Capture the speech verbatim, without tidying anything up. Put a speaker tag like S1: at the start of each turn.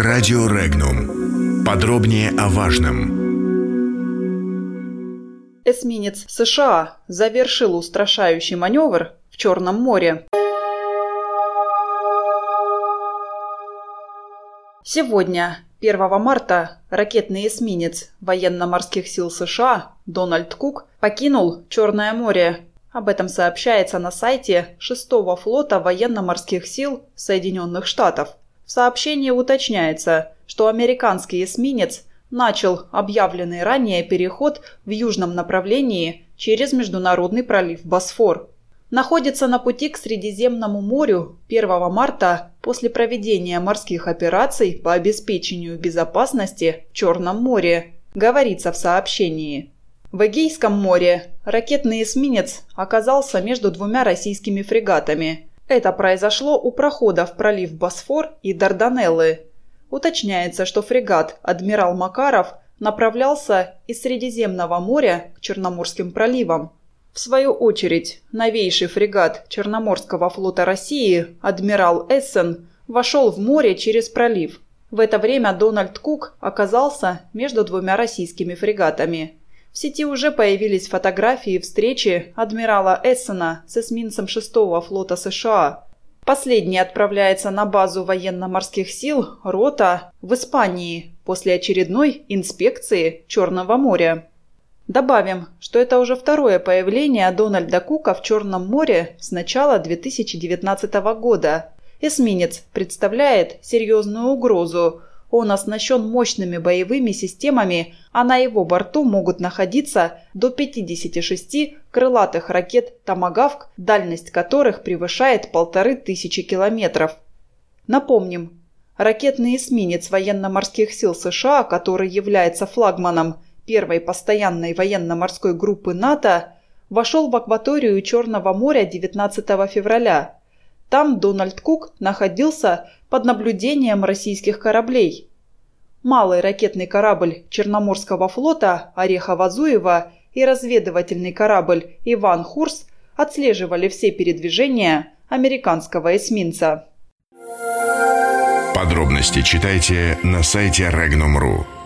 S1: Радио Регнум. Подробнее о важном.
S2: Эсминец США завершил устрашающий маневр в Черном море. Сегодня, первого марта, ракетный эсминец военно-морских сил США Дональд Кук покинул Черное море. Об этом сообщается на сайте шестого флота военно-морских сил Соединенных Штатов. В сообщении уточняется, что американский эсминец начал объявленный ранее переход в южном направлении через Международный пролив Босфор. Находится на пути к Средиземному морю первого марта после проведения морских операций по обеспечению безопасности в Черном море, говорится в сообщении. В Эгейском море ракетный эсминец оказался между двумя российскими фрегатами. Это произошло у прохода в пролив Босфор и Дарданеллы. Уточняется, что фрегат «Адмирал Макаров» направлялся из Средиземного моря к Черноморским проливам. В свою очередь, новейший фрегат Черноморского флота России «Адмирал Эссен» вошел в море через пролив. В это время Дональд Кук оказался между двумя российскими фрегатами. В сети уже появились фотографии встречи адмирала Эссена с эсминцем шестого флота США. Последний отправляется на базу военно-морских сил «Рота» в Испании после очередной инспекции Черного моря. Добавим, что это уже второе появление Дональда Кука в Черном море с начала две тысячи девятнадцатого года. Эсминец представляет серьезную угрозу. Он оснащен мощными боевыми системами, а на его борту могут находиться до пятидесяти шести крылатых ракет «Томагавк», дальность которых превышает полторы тысячи километров. Напомним, ракетный эсминец военно-морских сил США, который является флагманом первой постоянной военно-морской группы НАТО, вошел в акваторию Черного моря девятнадцатого февраля. Там Дональд Кук находился под наблюдением российских кораблей. Малый ракетный корабль Черноморского флота Орехово-Зуево и разведывательный корабль Иван Хурс отслеживали все передвижения американского эсминца.
S1: Подробности читайте на сайте регнум точка ру.